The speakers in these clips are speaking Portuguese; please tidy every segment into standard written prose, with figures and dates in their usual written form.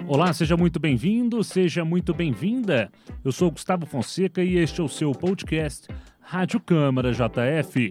Olá, seja muito bem-vindo, seja muito bem-vinda. Eu sou Gustavo Fonseca e este é o seu podcast Rádio Câmara JF.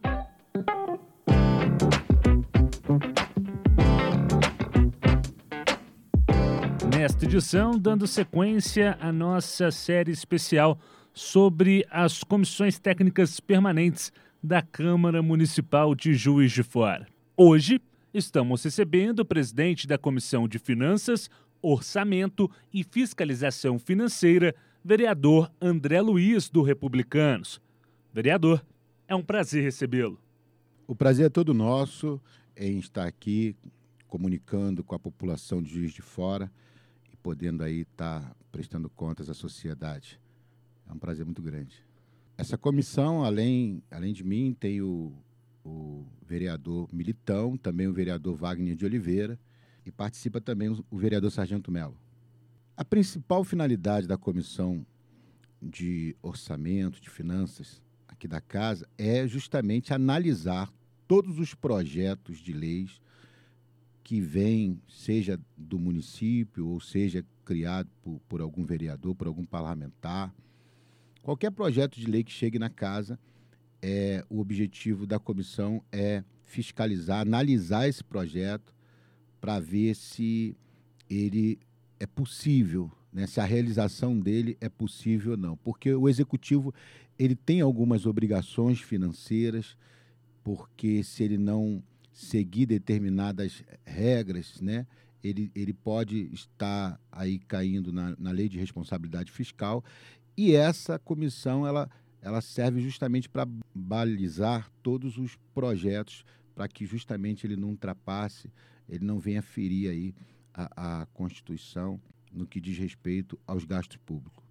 Nesta edição, dando sequência à nossa série especial sobre as comissões técnicas permanentes da Câmara Municipal de Juiz de Fora. Hoje, estamos recebendo o presidente da Comissão de Finanças, Orçamento e Fiscalização Financeira, vereador André Luiz, do Republicanos. Vereador, é um prazer recebê-lo. O prazer é todo nosso em estar aqui comunicando com a população de Juiz de Fora e podendo aí estar prestando contas à sociedade. É um prazer muito grande. Essa comissão, além de mim, tem o vereador Militão, também o vereador Wagner de Oliveira, e participa também o vereador Sargento Melo. A principal finalidade da Comissão de Orçamento, de Finanças, aqui da Casa, é justamente analisar todos os projetos de leis que vêm, seja do município ou seja criado por algum vereador, por algum parlamentar. Qualquer projeto de lei que chegue na Casa, o objetivo da comissão é fiscalizar, analisar esse projeto, para ver se ele é possível, né? Se a realização dele é possível ou não. Porque o Executivo ele tem algumas obrigações financeiras, porque se ele não seguir determinadas regras, né, ele pode estar aí caindo na lei de responsabilidade fiscal. E essa comissão ela serve justamente para balizar todos os projetos, para que justamente ele não ultrapasse, ele não venha ferir aí a Constituição no que diz respeito aos gastos públicos.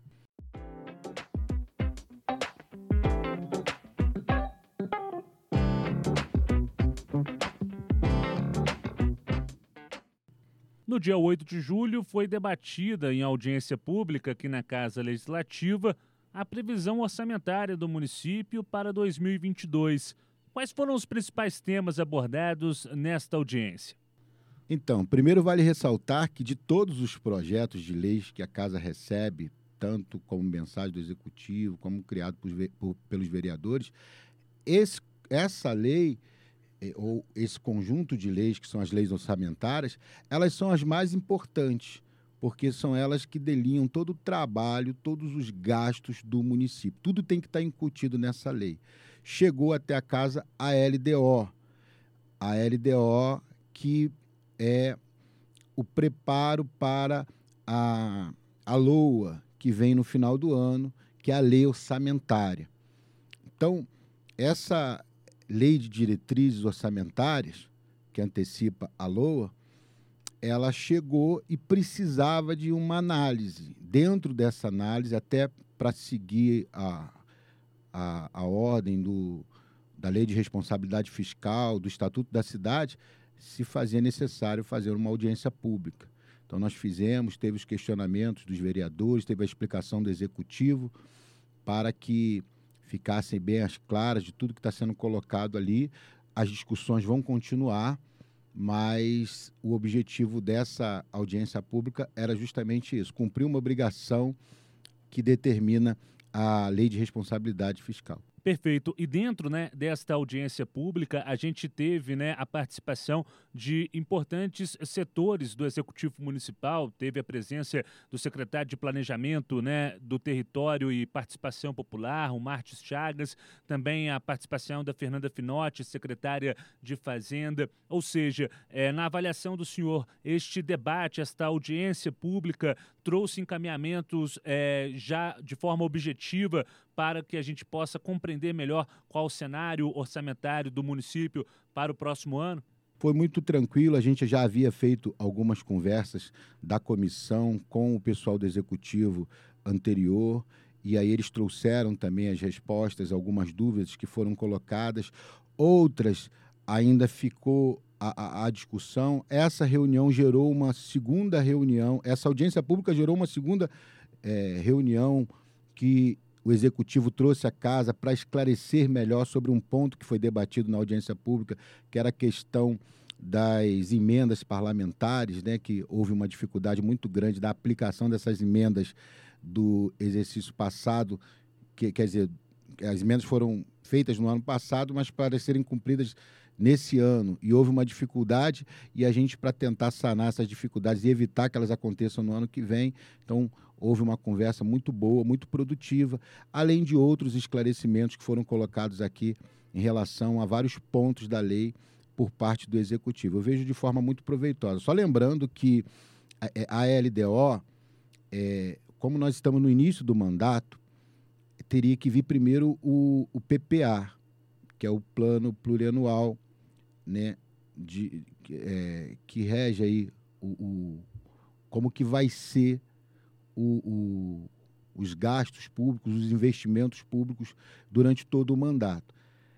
No dia 8 de julho, foi debatida em audiência pública aqui na Casa Legislativa a previsão orçamentária do município para 2022. Quais foram os principais temas abordados nesta audiência? Então, primeiro vale ressaltar que de todos os projetos de leis que a Casa recebe, tanto como mensagem do Executivo, como criado pelos vereadores, essa lei, ou esse conjunto de leis, que são as leis orçamentárias, elas são as mais importantes, porque são elas que delineam todo o trabalho, todos os gastos do município. Tudo tem que estar incutido nessa lei. Chegou até a Casa a LDO que é o preparo para a LOA, que vem no final do ano, que é a lei orçamentária. Então, essa lei de diretrizes orçamentárias, que antecipa a LOA, ela chegou e precisava de uma análise. Dentro dessa análise, até para seguir a ordem da lei de responsabilidade fiscal, do Estatuto da Cidade, se fazia necessário fazer uma audiência pública. Então, nós teve os questionamentos dos vereadores, teve a explicação do Executivo, para que ficassem bem as claras de tudo que está sendo colocado ali. As discussões vão continuar, mas o objetivo dessa audiência pública era justamente isso, cumprir uma obrigação que determina a lei de responsabilidade fiscal. Perfeito. E dentro, desta audiência pública, a gente teve, a participação de importantes setores do Executivo Municipal, teve a presença do secretário de Planejamento, do Território e Participação Popular, o Martins Chagas, também a participação da Fernanda Finotti, secretária de Fazenda. Ou seja, na avaliação do senhor, este debate, esta audiência pública trouxe encaminhamentos já de forma objetiva para que a gente possa compreender melhor qual o cenário orçamentário do município para o próximo ano? Foi muito tranquilo, a gente já havia feito algumas conversas da comissão com o pessoal do Executivo anterior, e aí eles trouxeram também as respostas, algumas dúvidas que foram colocadas, outras ainda ficou a discussão. Essa reunião gerou uma segunda reunião, essa audiência pública gerou uma segunda reunião que o Executivo trouxe à Casa para esclarecer melhor sobre um ponto que foi debatido na audiência pública, que era a questão das emendas parlamentares, né, que houve uma dificuldade muito grande da aplicação dessas emendas do exercício passado, quer dizer, as emendas foram feitas no ano passado, mas para serem cumpridas nesse ano, e houve uma dificuldade, e a gente, para tentar sanar essas dificuldades e evitar que elas aconteçam no ano que vem, então houve uma conversa muito boa, muito produtiva, além de outros esclarecimentos que foram colocados aqui em relação a vários pontos da lei por parte do Executivo. Eu vejo de forma muito proveitosa. Só lembrando que a LDO, como nós estamos no início do mandato, teria que vir primeiro o PPA, que é o Plano Plurianual, né, que rege aí como que vai ser os gastos públicos, os investimentos públicos durante todo o mandato.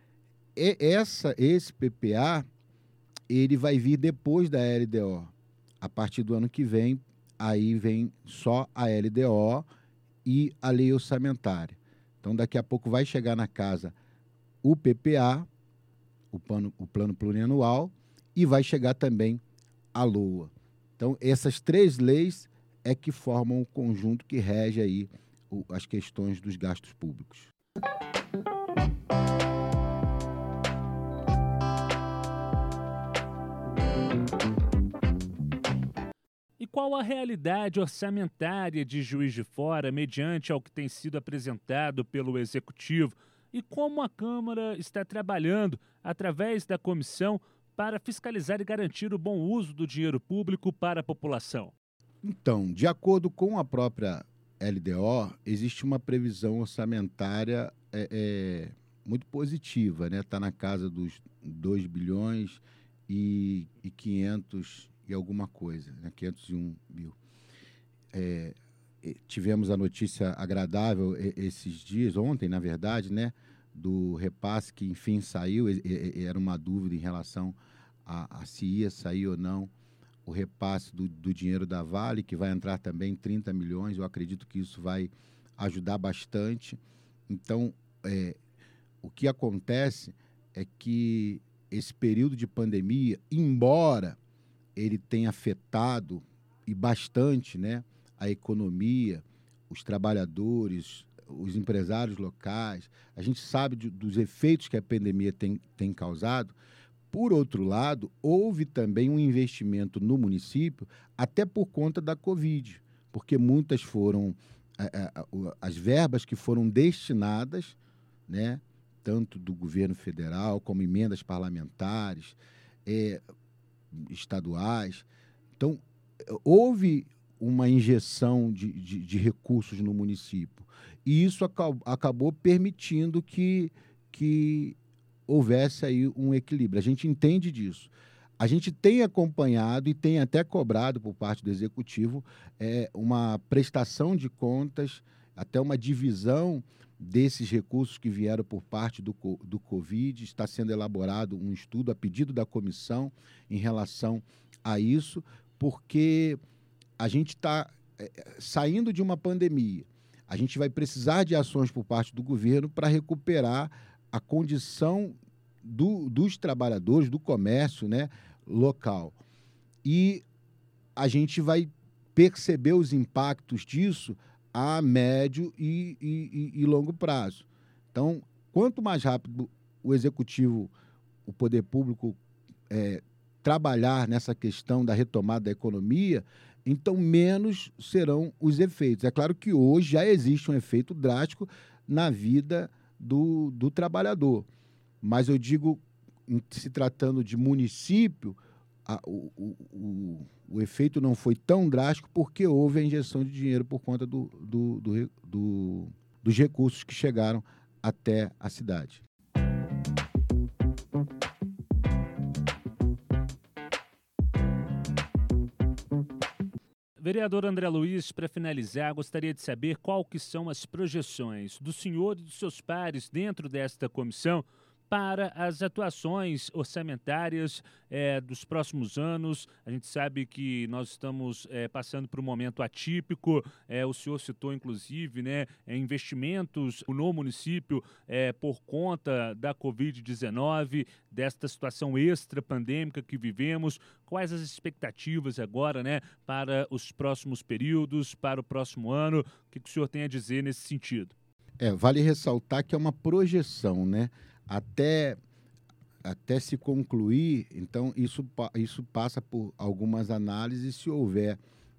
Esse PPA, ele vai vir depois da LDO. A partir do ano que vem, aí vem só a LDO e a lei orçamentária. Então, daqui a pouco vai chegar na casa o PPA, o Plano Plurianual, e vai chegar também a LOA. Então, essas três leis é que formam o conjunto que rege aí as questões dos gastos públicos. E qual a realidade orçamentária de Juiz de Fora, mediante ao que tem sido apresentado pelo Executivo, e como a Câmara está trabalhando, através da comissão, para fiscalizar e garantir o bom uso do dinheiro público para a população? Então, de acordo com a própria LDO, existe uma previsão orçamentária muito positiva, né? Está na casa dos 2 bilhões e 500 e alguma coisa, né? 501 mil. Tivemos a notícia agradável esses dias, ontem, na verdade, né? Do repasse que, enfim, saiu. Era uma dúvida em relação a se ia sair ou não o repasse do dinheiro da Vale, que vai entrar também 30 milhões. Eu acredito que isso vai ajudar bastante. Então, o que acontece é que esse período de pandemia, embora ele tenha afetado e bastante, né, a economia, os trabalhadores, os empresários locais, a gente sabe dos efeitos que a pandemia tem causado. Por outro lado, houve também um investimento no município, até por conta da Covid, porque muitas foram as verbas que foram destinadas, né, tanto do governo federal como emendas parlamentares, estaduais. Então, houve uma injeção de recursos no município, e isso acabou permitindo que houvesse aí um equilíbrio. A gente entende disso. A gente tem acompanhado e tem até cobrado por parte do Executivo uma prestação de contas, até uma divisão desses recursos que vieram por parte do Covid. Está sendo elaborado um estudo a pedido da comissão em relação a isso, porque a gente está saindo de uma pandemia. A gente vai precisar de ações por parte do governo para recuperar a condição dos trabalhadores, do comércio, né, local. E a gente vai perceber os impactos disso a médio e longo prazo. Então, quanto mais rápido o Executivo, o poder público, trabalhar nessa questão da retomada da economia, então menos serão os efeitos. É claro que hoje já existe um efeito drástico na vida do trabalhador, mas eu digo, se tratando de município, o efeito não foi tão drástico porque houve a injeção de dinheiro por conta dos recursos que chegaram até a cidade. Vereador André Luiz, para finalizar, gostaria de saber qual que são as projeções do senhor e dos seus pares dentro desta comissão para as atuações orçamentárias dos próximos anos. A gente sabe que nós estamos passando por um momento atípico. O senhor citou, inclusive, né, investimentos no município por conta da Covid-19, desta situação extra-pandêmica que vivemos. Quais as expectativas agora, né, para os próximos períodos, para o próximo ano? O que o senhor tem a dizer nesse sentido? Vale ressaltar que é uma projeção, né? Até se concluir, então isso passa por algumas análises. Se houver,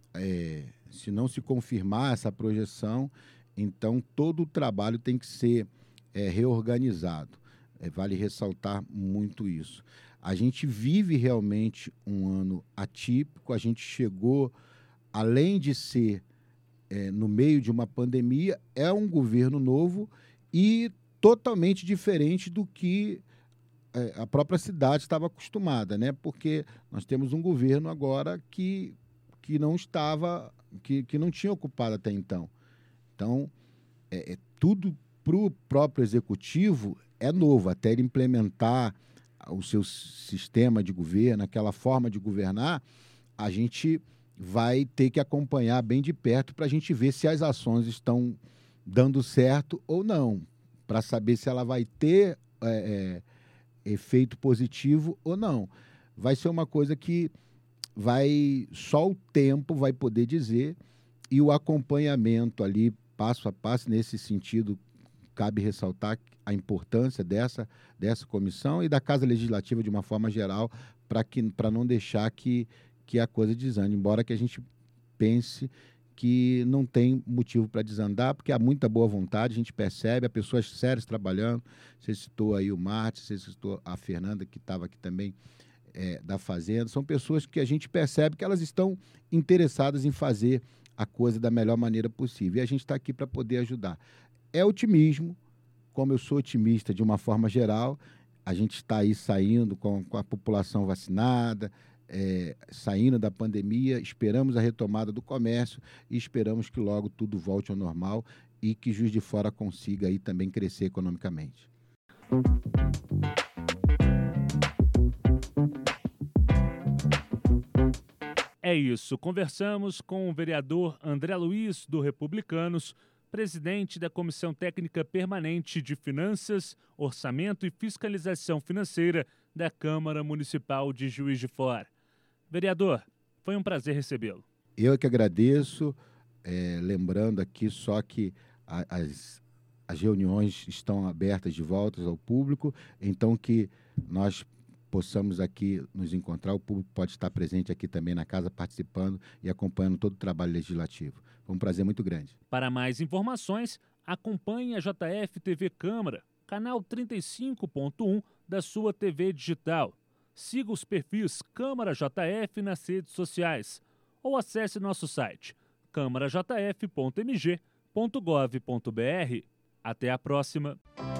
se não se confirmar essa projeção, então todo o trabalho tem que ser reorganizado. Vale ressaltar muito isso. A gente vive realmente um ano atípico. A gente chegou, além de ser no meio de uma pandemia, é um governo novo e totalmente diferente do que a própria cidade estava acostumada, né? Porque nós temos um governo agora que não estava, que não tinha ocupado até então. Então, tudo para o próprio executivo é novo, até ele implementar o seu sistema de governo, aquela forma de governar. A gente vai ter que acompanhar bem de perto para a gente ver se as ações estão dando certo ou não, para saber se ela vai ter efeito positivo ou não. Vai ser uma coisa que só o tempo vai poder dizer, e o acompanhamento ali, passo a passo. Nesse sentido, cabe ressaltar a importância dessa comissão e da Casa Legislativa de uma forma geral, para não deixar que a coisa desande, embora que a gente pense que não tem motivo para desandar, porque há muita boa vontade, a gente percebe, há pessoas sérias trabalhando. Você citou aí o Márcio, você citou a Fernanda, que estava aqui também, da Fazenda. São pessoas que a gente percebe que elas estão interessadas em fazer a coisa da melhor maneira possível, e a gente está aqui para poder ajudar. É otimismo, como eu sou otimista de uma forma geral. A gente está aí saindo com a população vacinada, saindo da pandemia, esperamos a retomada do comércio e esperamos que logo tudo volte ao normal e que Juiz de Fora consiga aí também crescer economicamente. É isso, conversamos com o vereador André Luiz, do Republicanos, presidente da Comissão Técnica Permanente de Finanças, Orçamento e Fiscalização Financeira da Câmara Municipal de Juiz de Fora. Vereador, foi um prazer recebê-lo. Eu é que agradeço, lembrando aqui só que as reuniões estão abertas de volta ao público, então que nós possamos aqui nos encontrar. O público pode estar presente aqui também na casa, participando e acompanhando todo o trabalho legislativo. Foi um prazer muito grande. Para mais informações, acompanhe a JF TV Câmara, canal 35.1 da sua TV digital. Siga os perfis Câmara JF nas redes sociais ou acesse nosso site câmarajf.mg.gov.br. Até a próxima!